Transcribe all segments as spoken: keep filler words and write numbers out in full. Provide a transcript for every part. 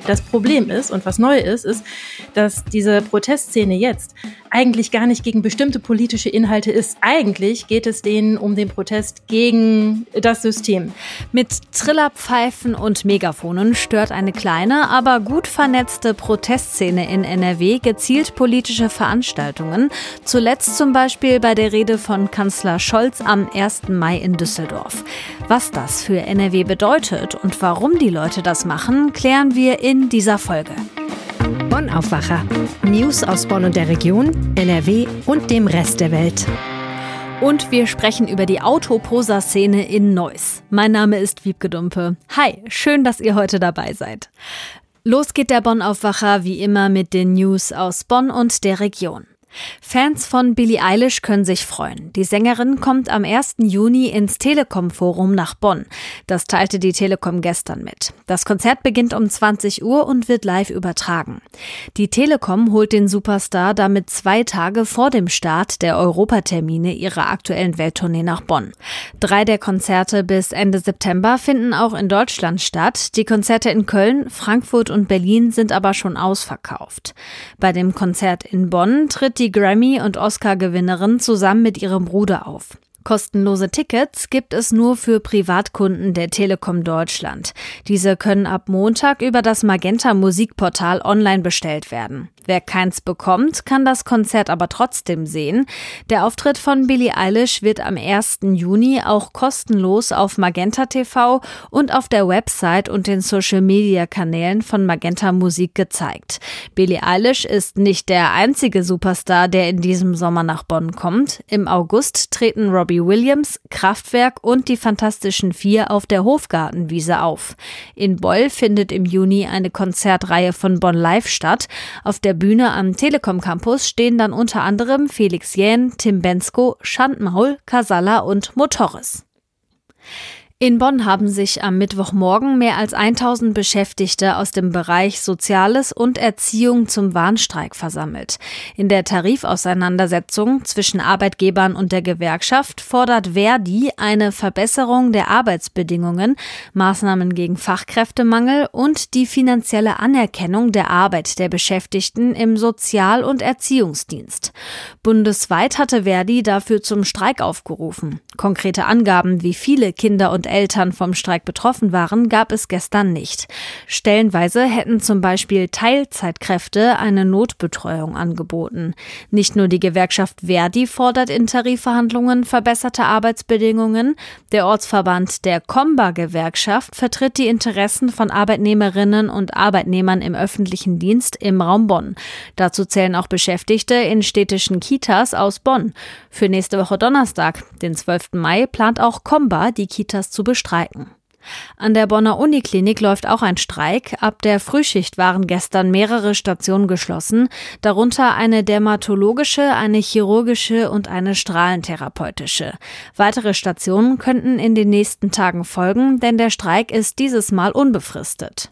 Das Problem ist, und was neu ist, ist, dass diese Protestszene jetzt eigentlich gar nicht gegen bestimmte politische Inhalte ist. Eigentlich geht es denen um den Protest gegen das System. Mit Trillerpfeifen und Megafonen stört eine kleine, aber gut vernetzte Protestszene in N R W gezielt politische Veranstaltungen. Zuletzt zum Beispiel bei der Rede von Kanzler Scholz am ersten Mai in Düsseldorf. Was das für N R W bedeutet und warum die Leute das machen, klären wir in dieser Folge. Bonn Aufwacher. News aus Bonn und der Region, N R W und dem Rest der Welt. Und wir sprechen über die Autoposer-Szene in Neuss. Mein Name ist Wiebke Dumpe. Hi, schön, dass ihr heute dabei seid. Los geht der Bonn Aufwacher wie immer mit den News aus Bonn und der Region. Fans von Billie Eilish können sich freuen. Die Sängerin kommt am ersten Juni ins Telekom-Forum nach Bonn. Das teilte die Telekom gestern mit. Das Konzert beginnt um zwanzig Uhr und wird live übertragen. Die Telekom holt den Superstar damit zwei Tage vor dem Start der Europatermine ihrer aktuellen Welttournee nach Bonn. Drei der Konzerte bis Ende September finden auch in Deutschland statt. Die Konzerte in Köln, Frankfurt und Berlin sind aber schon ausverkauft. Bei dem Konzert in Bonn tritt die Grammy- und Oscar-Gewinnerin zusammen mit ihrem Bruder auf. Kostenlose Tickets gibt es nur für Privatkunden der Telekom Deutschland. Diese können ab Montag über das Magenta-Musikportal online bestellt werden. Wer keins bekommt, kann das Konzert aber trotzdem sehen. Der Auftritt von Billie Eilish wird am ersten Juni auch kostenlos auf Magenta T V und auf der Website und den Social-Media-Kanälen von Magenta Musik gezeigt. Billie Eilish ist nicht der einzige Superstar, der in diesem Sommer nach Bonn kommt. Im August treten Robbie Williams, Kraftwerk und die Fantastischen Vier auf der Hofgartenwiese auf. In Beul findet im Juni eine Konzertreihe von Bonn Live statt. Auf der Bühne am Telekom Campus stehen dann unter anderem Felix Jähn, Tim Bendzko, Schandmaul, Casalla und Motorris. In Bonn haben sich am Mittwochmorgen mehr als tausend Beschäftigte aus dem Bereich Soziales und Erziehung zum Warnstreik versammelt. In der Tarifauseinandersetzung zwischen Arbeitgebern und der Gewerkschaft fordert Verdi eine Verbesserung der Arbeitsbedingungen, Maßnahmen gegen Fachkräftemangel und die finanzielle Anerkennung der Arbeit der Beschäftigten im Sozial- und Erziehungsdienst. Bundesweit hatte Verdi dafür zum Streik aufgerufen. Konkrete Angaben, wie viele Kinder und Eltern vom Streik betroffen waren, gab es gestern nicht. Stellenweise hätten zum Beispiel Teilzeitkräfte eine Notbetreuung angeboten. Nicht nur die Gewerkschaft Verdi fordert in Tarifverhandlungen verbesserte Arbeitsbedingungen. Der Ortsverband der Comba-Gewerkschaft vertritt die Interessen von Arbeitnehmerinnen und Arbeitnehmern im öffentlichen Dienst im Raum Bonn. Dazu zählen auch Beschäftigte in städtischen Kitas aus Bonn. Für nächste Woche Donnerstag, den zwölften Mai, plant auch Comba, die Kitas zu bestreiken. An der Bonner Uniklinik läuft auch ein Streik. Ab der Frühschicht waren gestern mehrere Stationen geschlossen, darunter eine dermatologische, eine chirurgische und eine strahlentherapeutische. Weitere Stationen könnten in den nächsten Tagen folgen, denn der Streik ist dieses Mal unbefristet.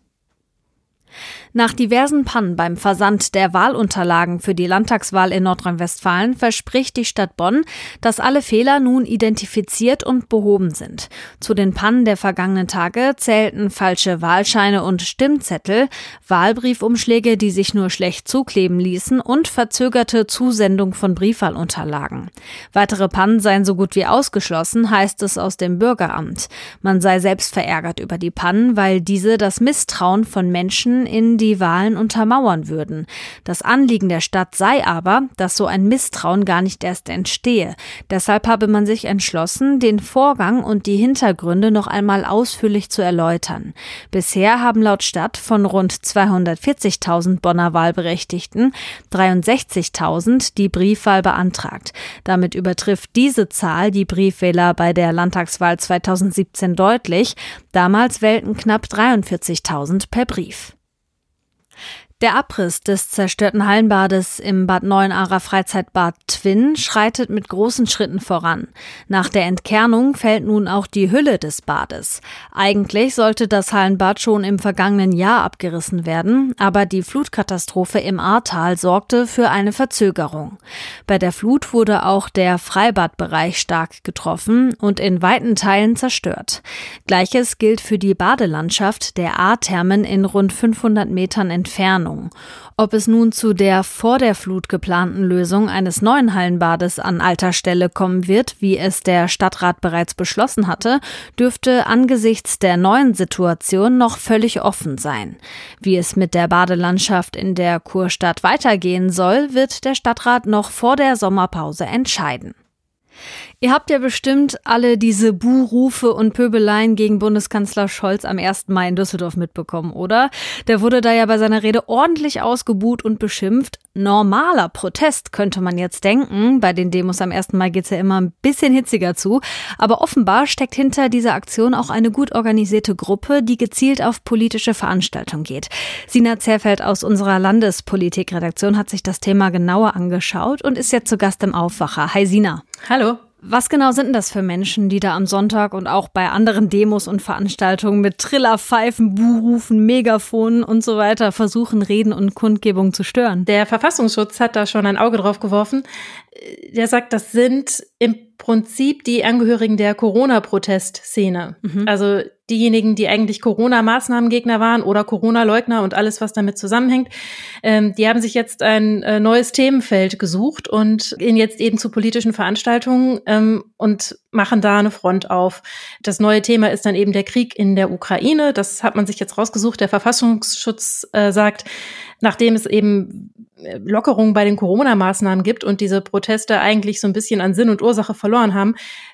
Nach diversen Pannen beim Versand der Wahlunterlagen für die Landtagswahl in Nordrhein-Westfalen verspricht die Stadt Bonn, dass alle Fehler nun identifiziert und behoben sind. Zu den Pannen der vergangenen Tage zählten falsche Wahlscheine und Stimmzettel, Wahlbriefumschläge, die sich nur schlecht zukleben ließen und verzögerte Zusendung von Briefwahlunterlagen. Weitere Pannen seien so gut wie ausgeschlossen, heißt es aus dem Bürgeramt. Man sei selbst verärgert über die Pannen, weil diese das Misstrauen von Menschen in die Wahlen untermauern würden. Das Anliegen der Stadt sei aber, dass so ein Misstrauen gar nicht erst entstehe. Deshalb habe man sich entschlossen, den Vorgang und die Hintergründe noch einmal ausführlich zu erläutern. Bisher haben laut Stadt von rund zweihundertvierzigtausend Bonner Wahlberechtigten dreiundsechzigtausend die Briefwahl beantragt. Damit übertrifft diese Zahl die Briefwähler bei der Landtagswahl zweitausendsiebzehn deutlich. Damals wählten knapp dreiundvierzigtausend per Brief. Der Abriss des zerstörten Hallenbades im Bad Neuenarer Freizeitbad Twin schreitet mit großen Schritten voran. Nach der Entkernung fällt nun auch die Hülle des Bades. Eigentlich sollte das Hallenbad schon im vergangenen Jahr abgerissen werden, aber die Flutkatastrophe im Ahrtal sorgte für eine Verzögerung. Bei der Flut wurde auch der Freibadbereich stark getroffen und in weiten Teilen zerstört. Gleiches gilt für die Badelandschaft der Ahrthermen in rund fünfhundert Metern Entfernung. Ob es nun zu der vor der Flut geplanten Lösung eines neuen Hallenbades an alter Stelle kommen wird, wie es der Stadtrat bereits beschlossen hatte, dürfte angesichts der neuen Situation noch völlig offen sein. Wie es mit der Badelandschaft in der Kurstadt weitergehen soll, wird der Stadtrat noch vor der Sommerpause entscheiden. Ihr habt ja bestimmt alle diese Buhrufe und Pöbeleien gegen Bundeskanzler Scholz am ersten Mai in Düsseldorf mitbekommen, oder? Der wurde da ja bei seiner Rede ordentlich ausgebuht und beschimpft. Normaler Protest, könnte man jetzt denken. Bei den Demos am ersten Mai geht's ja immer ein bisschen hitziger zu. Aber offenbar steckt hinter dieser Aktion auch eine gut organisierte Gruppe, die gezielt auf politische Veranstaltungen geht. Sina Zerfeld aus unserer Landespolitikredaktion hat sich das Thema genauer angeschaut und ist jetzt zu Gast im Aufwacher. Hi Sina. Hallo. Was genau sind denn das für Menschen, die da am Sonntag und auch bei anderen Demos und Veranstaltungen mit Trillerpfeifen, Buhrufen, Megafonen und so weiter versuchen, Reden und Kundgebungen zu stören? Der Verfassungsschutz hat da schon ein Auge drauf geworfen. Der sagt, das sind im Prinzip die Angehörigen der Corona-Protestszene. Mhm. Also diejenigen, die eigentlich Corona-Maßnahmengegner waren oder Corona-Leugner und alles, was damit zusammenhängt. Ähm, die haben sich jetzt ein äh, neues Themenfeld gesucht und gehen jetzt eben zu politischen Veranstaltungen ähm, und machen da eine Front auf. Das neue Thema ist dann eben der Krieg in der Ukraine. Das hat man sich jetzt rausgesucht. Der Verfassungsschutz äh, sagt, nachdem es eben Lockerungen bei den Corona-Maßnahmen gibt und diese Proteste eigentlich so ein bisschen an Sinn und Ursache verloren haben,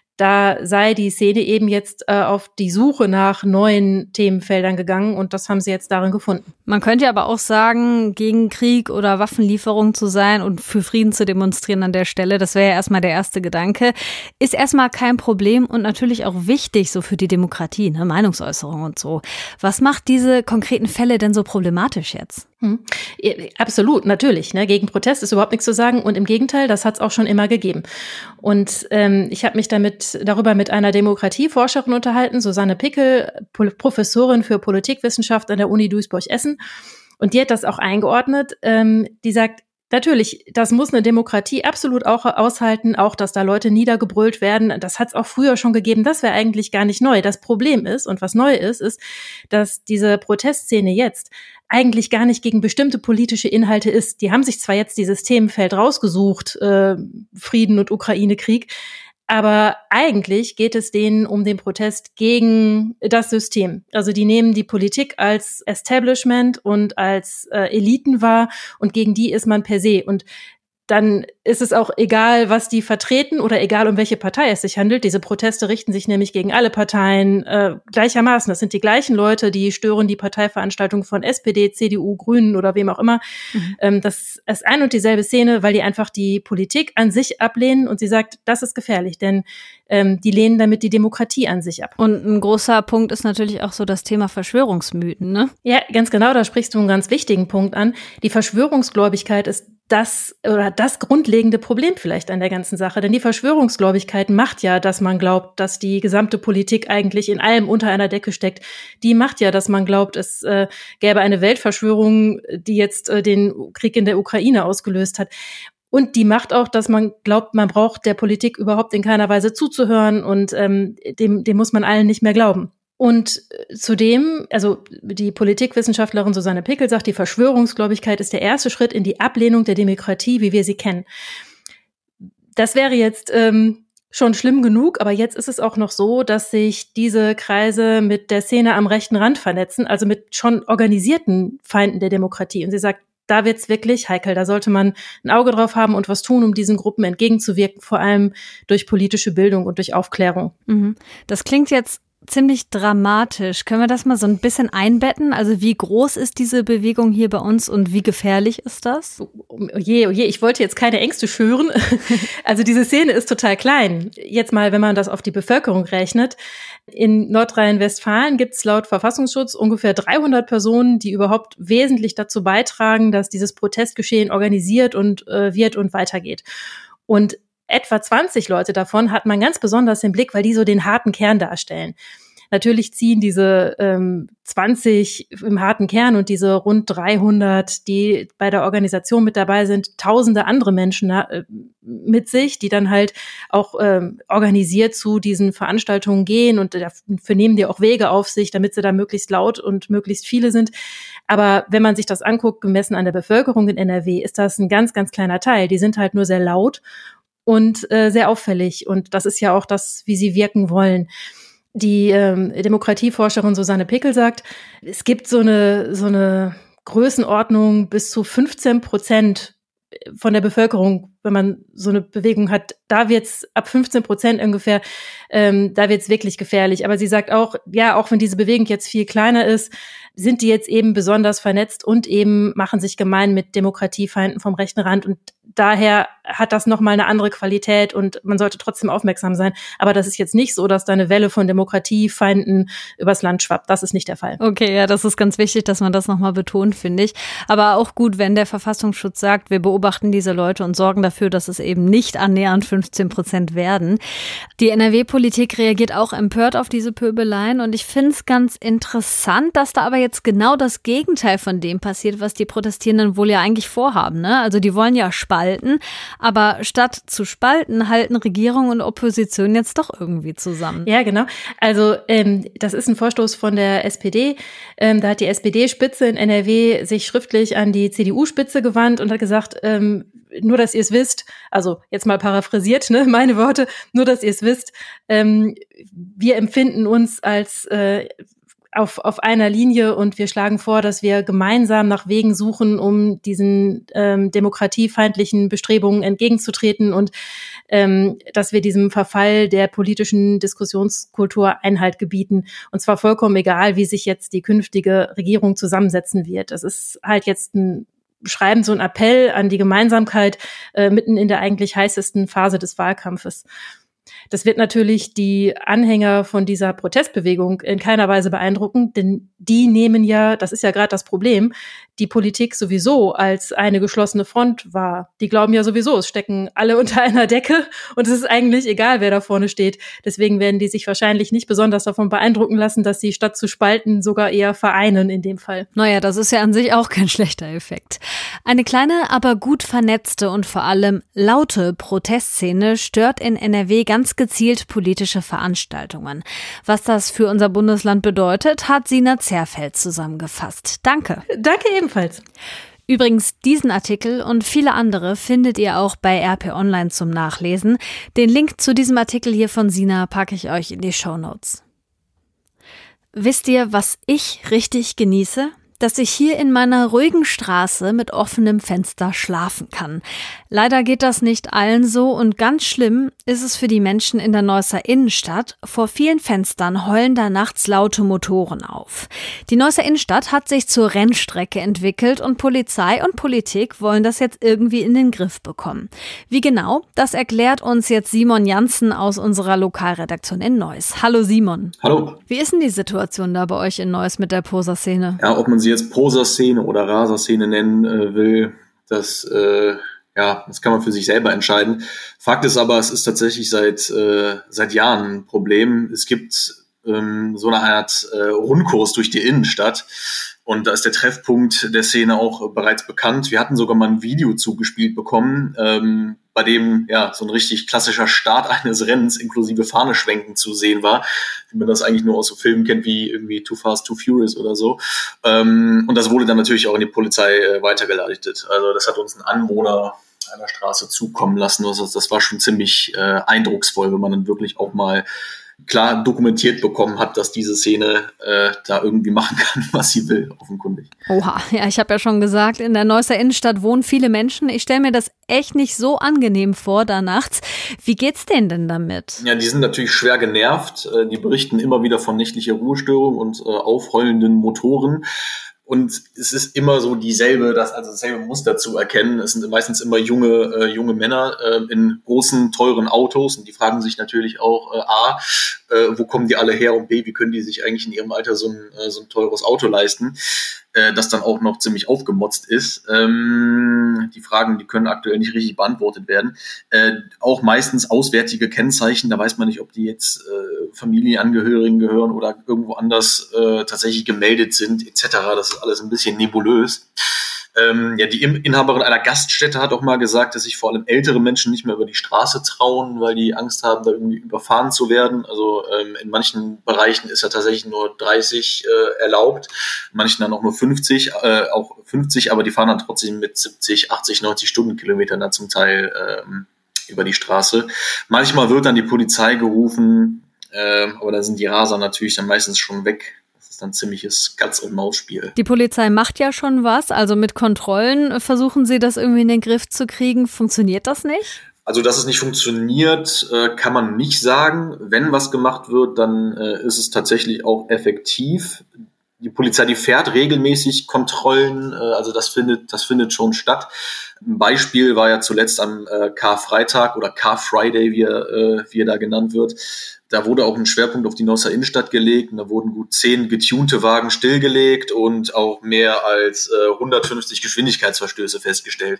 da sei die Szene eben jetzt äh, auf die Suche nach neuen Themenfeldern gegangen und das haben sie jetzt darin gefunden. Man könnte aber auch sagen, gegen Krieg oder Waffenlieferung zu sein und für Frieden zu demonstrieren an der Stelle, das wäre ja erstmal der erste Gedanke, ist erstmal kein Problem und natürlich auch wichtig so für die Demokratie, ne, Meinungsäußerung und so. Was macht diese konkreten Fälle denn so problematisch jetzt? Hm. Absolut, natürlich. Ne? Gegen Protest ist überhaupt nichts zu sagen und im Gegenteil, das hat es auch schon immer gegeben. Und ähm, ich habe mich damit darüber mit einer Demokratieforscherin unterhalten, Susanne Pickel, Pol- Professorin für Politikwissenschaft an der Uni Duisburg-Essen. Und die hat das auch eingeordnet. Ähm, die sagt, natürlich, das muss eine Demokratie absolut auch aushalten, auch dass da Leute niedergebrüllt werden. Das hat es auch früher schon gegeben. Das wäre eigentlich gar nicht neu. Das Problem ist, und was neu ist, ist, dass diese Protestszene jetzt eigentlich gar nicht gegen bestimmte politische Inhalte ist. Die haben sich zwar jetzt dieses Themenfeld rausgesucht, äh, Frieden und Ukraine-Krieg, aber eigentlich geht es denen um den Protest gegen das System. Also die nehmen die Politik als Establishment und als äh, Eliten wahr und gegen die ist man per se. Und dann ist es auch egal, was die vertreten oder egal, um welche Partei es sich handelt. Diese Proteste richten sich nämlich gegen alle Parteien äh, gleichermaßen. Das sind die gleichen Leute, die stören die Parteiveranstaltungen von S P D, C D U, Grünen oder wem auch immer. Mhm. Ähm, das ist ein und dieselbe Szene, weil die einfach die Politik an sich ablehnen und sie sagt, das ist gefährlich, denn ähm, die lehnen damit die Demokratie an sich ab. Und ein großer Punkt ist natürlich auch so das Thema Verschwörungsmythen, ne? Ja, ganz genau, da sprichst du einen ganz wichtigen Punkt an. Die Verschwörungsgläubigkeit ist das oder das grundlegende Problem vielleicht an der ganzen Sache. Denn die Verschwörungsgläubigkeit macht ja, dass man glaubt, dass die gesamte Politik eigentlich in allem unter einer Decke steckt. Die macht ja, dass man glaubt, es äh, gäbe eine Weltverschwörung, die jetzt äh, den Krieg in der Ukraine ausgelöst hat. Und die macht auch, dass man glaubt, man braucht der Politik überhaupt in keiner Weise zuzuhören und ähm, dem, dem muss man allen nicht mehr glauben. Und zudem, also die Politikwissenschaftlerin Susanne Pickel sagt, die Verschwörungsgläubigkeit ist der erste Schritt in die Ablehnung der Demokratie, wie wir sie kennen. Das wäre jetzt ähm, schon schlimm genug, aber jetzt ist es auch noch so, dass sich diese Kreise mit der Szene am rechten Rand vernetzen, also mit schon organisierten Feinden der Demokratie. Und sie sagt, da wird's wirklich heikel, da sollte man ein Auge drauf haben und was tun, um diesen Gruppen entgegenzuwirken, vor allem durch politische Bildung und durch Aufklärung. Mhm. Das klingt jetzt ziemlich dramatisch. Können wir das mal so ein bisschen einbetten? Also wie groß ist diese Bewegung hier bei uns und wie gefährlich ist das? Oh je, oh je, ich wollte jetzt keine Ängste schüren. Also diese Szene ist total klein. Jetzt mal, wenn man das auf die Bevölkerung rechnet. In Nordrhein-Westfalen gibt es laut Verfassungsschutz ungefähr dreihundert Personen, die überhaupt wesentlich dazu beitragen, dass dieses Protestgeschehen organisiert und äh, wird und weitergeht. Und etwa zwanzig Leute davon hat man ganz besonders im Blick, weil die so den harten Kern darstellen. Natürlich ziehen diese ähm, zwanzig im harten Kern und diese rund dreihundert, die bei der Organisation mit dabei sind, tausende andere Menschen äh, mit sich, die dann halt auch ähm, organisiert zu diesen Veranstaltungen gehen und dafür nehmen die auch Wege auf sich, damit sie da möglichst laut und möglichst viele sind. Aber wenn man sich das anguckt, gemessen an der Bevölkerung in N R W, ist das ein ganz, ganz kleiner Teil. Die sind halt nur sehr laut und äh, sehr auffällig. Und das ist ja auch das, wie sie wirken wollen. Die ähm, Demokratieforscherin Susanne Pickel sagt, es gibt so eine so eine Größenordnung bis zu fünfzehn Prozent von der Bevölkerung, wenn man so eine Bewegung hat, da wird's ab fünfzehn Prozent ungefähr, ähm, da wird's wirklich gefährlich. Aber sie sagt auch, ja, auch wenn diese Bewegung jetzt viel kleiner ist, sind die jetzt eben besonders vernetzt und eben machen sich gemein mit Demokratiefeinden vom rechten Rand. Und daher hat das nochmal eine andere Qualität und man sollte trotzdem aufmerksam sein. Aber das ist jetzt nicht so, dass da eine Welle von Demokratiefeinden übers Land schwappt. Das ist nicht der Fall. Okay, ja, das ist ganz wichtig, dass man das nochmal betont, finde ich. Aber auch gut, wenn der Verfassungsschutz sagt, wir beobachten diese Leute und sorgen dafür, dass es eben nicht annähernd fünfzehn Prozent werden. Die N R W-Politik reagiert auch empört auf diese Pöbeleien und ich finde es ganz interessant, dass da aber jetzt genau das Gegenteil von dem passiert, was die Protestierenden wohl ja eigentlich vorhaben, ne? Also die wollen ja spalten, aber statt zu spalten, halten Regierung und Opposition jetzt doch irgendwie zusammen. Ja, genau. Also ähm, das ist ein Vorstoß von der S P D. Ähm, da hat die S P D-Spitze in N R W sich schriftlich an die C D U-Spitze gewandt und hat gesagt, ähm, nur, dass ihr es wisst, also jetzt mal paraphrasiert, ne, meine Worte, nur, dass ihr es wisst, ähm, wir empfinden uns als äh, auf, auf einer Linie und wir schlagen vor, dass wir gemeinsam nach Wegen suchen, um diesen ähm, demokratiefeindlichen Bestrebungen entgegenzutreten und ähm, dass wir diesem Verfall der politischen Diskussionskultur Einhalt gebieten. Und zwar vollkommen egal, wie sich jetzt die künftige Regierung zusammensetzen wird. Das ist halt jetzt ein Schreiben, so ein Appell an die Gemeinsamkeit äh, mitten in der eigentlich heißesten Phase des Wahlkampfes. Das wird natürlich die Anhänger von dieser Protestbewegung in keiner Weise beeindrucken, denn die nehmen ja, das ist ja gerade das Problem, die Politik sowieso als eine geschlossene Front wahr. Die glauben ja sowieso, es stecken alle unter einer Decke und es ist eigentlich egal, wer da vorne steht. Deswegen werden die sich wahrscheinlich nicht besonders davon beeindrucken lassen, dass sie statt zu spalten sogar eher vereinen in dem Fall. Naja, das ist ja an sich auch kein schlechter Effekt. Eine kleine, aber gut vernetzte und vor allem laute Protestszene stört in N R W ganz gezielt politische Veranstaltungen. Was das für unser Bundesland bedeutet, hat Sina Zerfeld zusammengefasst. Danke. Danke ebenfalls. Übrigens, diesen Artikel und viele andere findet ihr auch bei R P Online zum Nachlesen. Den Link zu diesem Artikel hier von Sina packe ich euch in die Shownotes. Wisst ihr, was ich richtig genieße? Dass ich hier in meiner ruhigen Straße mit offenem Fenster schlafen kann. Leider geht das nicht allen so und ganz schlimm ist es für die Menschen in der Neusser Innenstadt. Vor vielen Fenstern heulen da nachts laute Motoren auf. Die Neusser Innenstadt hat sich zur Rennstrecke entwickelt und Polizei und Politik wollen das jetzt irgendwie in den Griff bekommen. Wie genau? Das erklärt uns jetzt Simon Janssen aus unserer Lokalredaktion in Neuss. Hallo Simon. Hallo. Wie ist denn die Situation da bei euch in Neuss mit der Poser-Szene? Ja, ob man sie jetzt Poser-Szene oder Raser-Szene nennen äh, will, das, äh, ja, das kann man für sich selber entscheiden. Fakt ist aber, es ist tatsächlich seit, äh, seit Jahren ein Problem. Es gibt ähm, so eine Art äh, Rundkurs durch die Innenstadt und da ist der Treffpunkt der Szene auch bereits bekannt. Wir hatten sogar mal ein Video zugespielt bekommen, ähm, bei dem ja so ein richtig klassischer Start eines Rennens inklusive Fahneschwenken zu sehen war, wie man das eigentlich nur aus so Filmen kennt wie irgendwie Too Fast, Too Furious oder so. Ähm, und das wurde dann natürlich auch in die Polizei äh, weitergeleitet. Also das hat uns ein Anwohner einer Straße zukommen lassen. Also das war schon ziemlich äh, eindrucksvoll, wenn man dann wirklich auch mal klar dokumentiert bekommen hat, dass diese Szene äh, da irgendwie machen kann, was sie will, offenkundig. Oha, ja, ich habe ja schon gesagt, in der Neusser Innenstadt wohnen viele Menschen. Ich stelle mir das echt nicht so angenehm vor, da nachts. Wie geht's denen denn damit? Ja, die sind natürlich schwer genervt. Die berichten immer wieder von nächtlicher Ruhestörung und äh, aufheulenden Motoren. Und es ist immer so dieselbe, das, also dasselbe Muster zu erkennen. Es sind meistens immer junge, äh, junge Männer äh, in großen, teuren Autos. Und die fragen sich natürlich auch, äh, A, äh, wo kommen die alle her? Und B, wie können die sich eigentlich in ihrem Alter so ein, äh, so ein teures Auto leisten? Äh, das dann auch noch ziemlich aufgemotzt ist. Ähm, die Fragen, die können aktuell nicht richtig beantwortet werden. Äh, auch meistens auswärtige Kennzeichen. Da weiß man nicht, ob die jetzt äh, Familienangehörigen gehören oder irgendwo anders äh, tatsächlich gemeldet sind, et cetera. Das ist alles ein bisschen nebulös. Ähm, ja, die Inhaberin einer Gaststätte hat auch mal gesagt, dass sich vor allem ältere Menschen nicht mehr über die Straße trauen, weil die Angst haben, da irgendwie überfahren zu werden. Also ähm, in manchen Bereichen ist ja tatsächlich nur dreißig äh, erlaubt, in manchen dann auch nur fünfzig, äh, auch fünfzig, aber die fahren dann trotzdem mit siebzig, achtzig, neunzig Stundenkilometern da zum Teil ähm, über die Straße. Manchmal wird dann die Polizei gerufen, äh, aber da sind die Raser natürlich dann meistens schon weg. Ein ziemliches Katz- und Maus-Spiel. Die Polizei macht ja schon was, also mit Kontrollen versuchen sie das irgendwie in den Griff zu kriegen. Funktioniert das nicht? Also, dass es nicht funktioniert, kann man nicht sagen. Wenn was gemacht wird, dann ist es tatsächlich auch effektiv. Die Polizei, die fährt regelmäßig Kontrollen, also das findet, das findet schon statt. Ein Beispiel war ja zuletzt am Karfreitag oder Car-Friday, wie er, wie er da genannt wird. Da wurde auch ein Schwerpunkt auf die Neusser Innenstadt gelegt und da wurden gut zehn getunte Wagen stillgelegt und auch mehr als äh, hundertfünfzig Geschwindigkeitsverstöße festgestellt.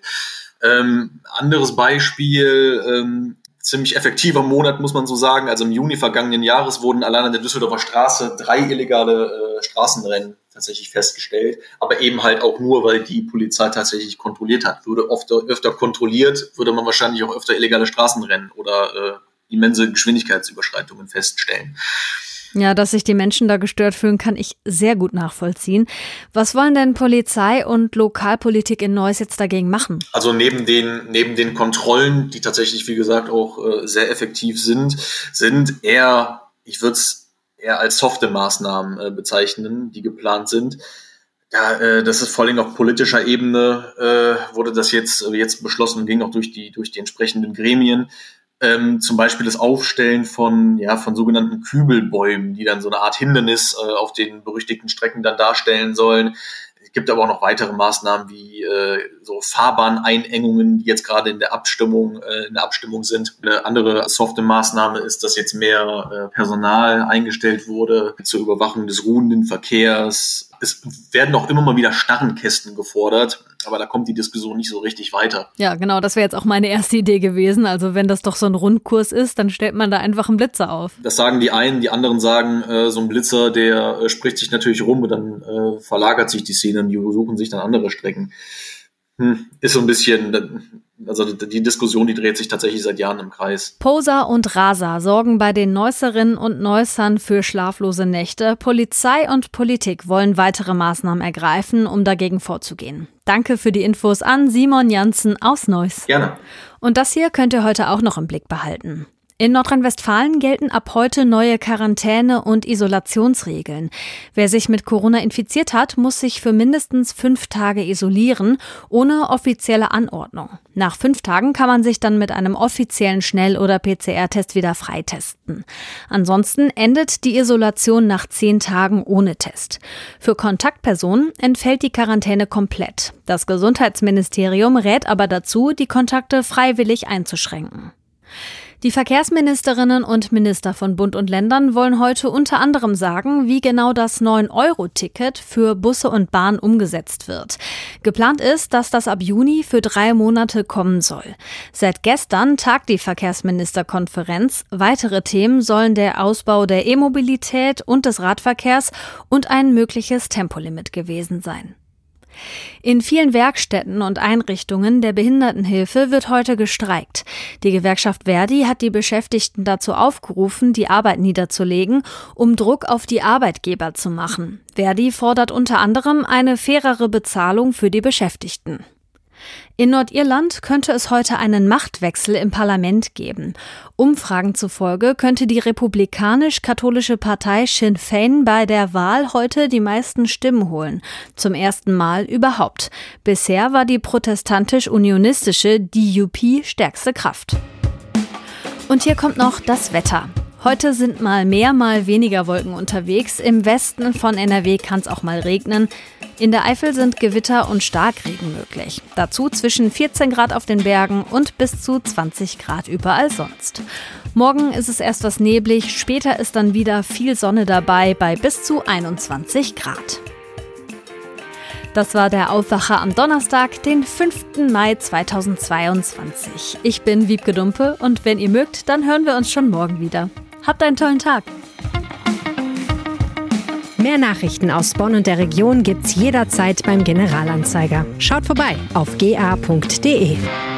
Ähm, anderes Beispiel, ähm, ziemlich effektiver Monat, muss man so sagen. Also im Juni vergangenen Jahres wurden allein an der Düsseldorfer Straße drei illegale äh, Straßenrennen tatsächlich festgestellt, aber eben halt auch nur, weil die Polizei tatsächlich kontrolliert hat. Würde oft, öfter kontrolliert, würde man wahrscheinlich auch öfter illegale Straßenrennen oder äh, immense Geschwindigkeitsüberschreitungen feststellen. Ja, dass sich die Menschen da gestört fühlen, kann ich sehr gut nachvollziehen. Was wollen denn Polizei und Lokalpolitik in Neuss jetzt dagegen machen? Also neben den, neben den Kontrollen, die tatsächlich, wie gesagt, auch äh, sehr effektiv sind, sind eher, ich würde es eher als softe Maßnahmen äh, bezeichnen, die geplant sind. Ja, äh, das ist vor allem auf politischer Ebene, äh, wurde das jetzt, äh, jetzt beschlossen und ging auch durch die, durch die entsprechenden Gremien. Ähm, zum Beispiel das Aufstellen von, ja, von sogenannten Kübelbäumen, die dann so eine Art Hindernis äh, auf den berüchtigten Strecken dann darstellen sollen. Es gibt aber auch noch weitere Maßnahmen wie äh, so Fahrbahneinengungen, die jetzt gerade in der Abstimmung, äh, in der Abstimmung sind. Eine andere softe Maßnahme ist, dass jetzt mehr äh, Personal eingestellt wurde zur Überwachung des ruhenden Verkehrs. Es werden auch immer mal wieder Starrenkästen gefordert, aber da kommt die Diskussion nicht so richtig weiter. Ja, genau, das wäre jetzt auch meine erste Idee gewesen. Also wenn das doch so ein Rundkurs ist, dann stellt man da einfach einen Blitzer auf. Das sagen die einen, die anderen sagen, äh, so ein Blitzer, der äh, spricht sich natürlich rum und dann äh, verlagert sich die Szene und die suchen sich dann andere Strecken. Hm, ist so ein bisschen, also die Diskussion, die dreht sich tatsächlich seit Jahren im Kreis. Poser und Raser sorgen bei den Neusserinnen und Neussern für schlaflose Nächte. Polizei und Politik wollen weitere Maßnahmen ergreifen, um dagegen vorzugehen. Danke für die Infos an Simon Janssen aus Neuss. Gerne. Und das hier könnt ihr heute auch noch im Blick behalten. In Nordrhein-Westfalen gelten ab heute neue Quarantäne- und Isolationsregeln. Wer sich mit Corona infiziert hat, muss sich für mindestens fünf Tage isolieren, ohne offizielle Anordnung. Nach fünf Tagen kann man sich dann mit einem offiziellen Schnell- oder P C R-Test wieder freitesten. Ansonsten endet die Isolation nach zehn Tagen ohne Test. Für Kontaktpersonen entfällt die Quarantäne komplett. Das Gesundheitsministerium rät aber dazu, die Kontakte freiwillig einzuschränken. Die Verkehrsministerinnen und Minister von Bund und Ländern wollen heute unter anderem sagen, wie genau das neun Euro Ticket für Busse und Bahn umgesetzt wird. Geplant ist, dass das ab Juni für drei Monate kommen soll. Seit gestern tagt die Verkehrsministerkonferenz. Weitere Themen sollen der Ausbau der E-Mobilität und des Radverkehrs und ein mögliches Tempolimit gewesen sein. In vielen Werkstätten und Einrichtungen der Behindertenhilfe wird heute gestreikt. Die Gewerkschaft Verdi hat die Beschäftigten dazu aufgerufen, die Arbeit niederzulegen, um Druck auf die Arbeitgeber zu machen. Verdi fordert unter anderem eine fairere Bezahlung für die Beschäftigten. In Nordirland könnte es heute einen Machtwechsel im Parlament geben. Umfragen zufolge könnte die republikanisch-katholische Partei Sinn Féin bei der Wahl heute die meisten Stimmen holen. Zum ersten Mal überhaupt. Bisher war die protestantisch-unionistische D U P stärkste Kraft. Und hier kommt noch das Wetter. Heute sind mal mehr, mal weniger Wolken unterwegs. Im Westen von N R W kann es auch mal regnen. In der Eifel sind Gewitter und Starkregen möglich. Dazu zwischen vierzehn Grad auf den Bergen und bis zu zwanzig Grad überall sonst. Morgen ist es erst was neblig, später ist dann wieder viel Sonne dabei bei bis zu einundzwanzig Grad. Das war der Aufwacher am Donnerstag, den fünften Mai zweitausendzweiundzwanzig. Ich bin Wiebke Dumpe und wenn ihr mögt, dann hören wir uns schon morgen wieder. Habt einen tollen Tag! Mehr Nachrichten aus Bonn und der Region gibt's jederzeit beim Generalanzeiger. Schaut vorbei auf g a punkt d e.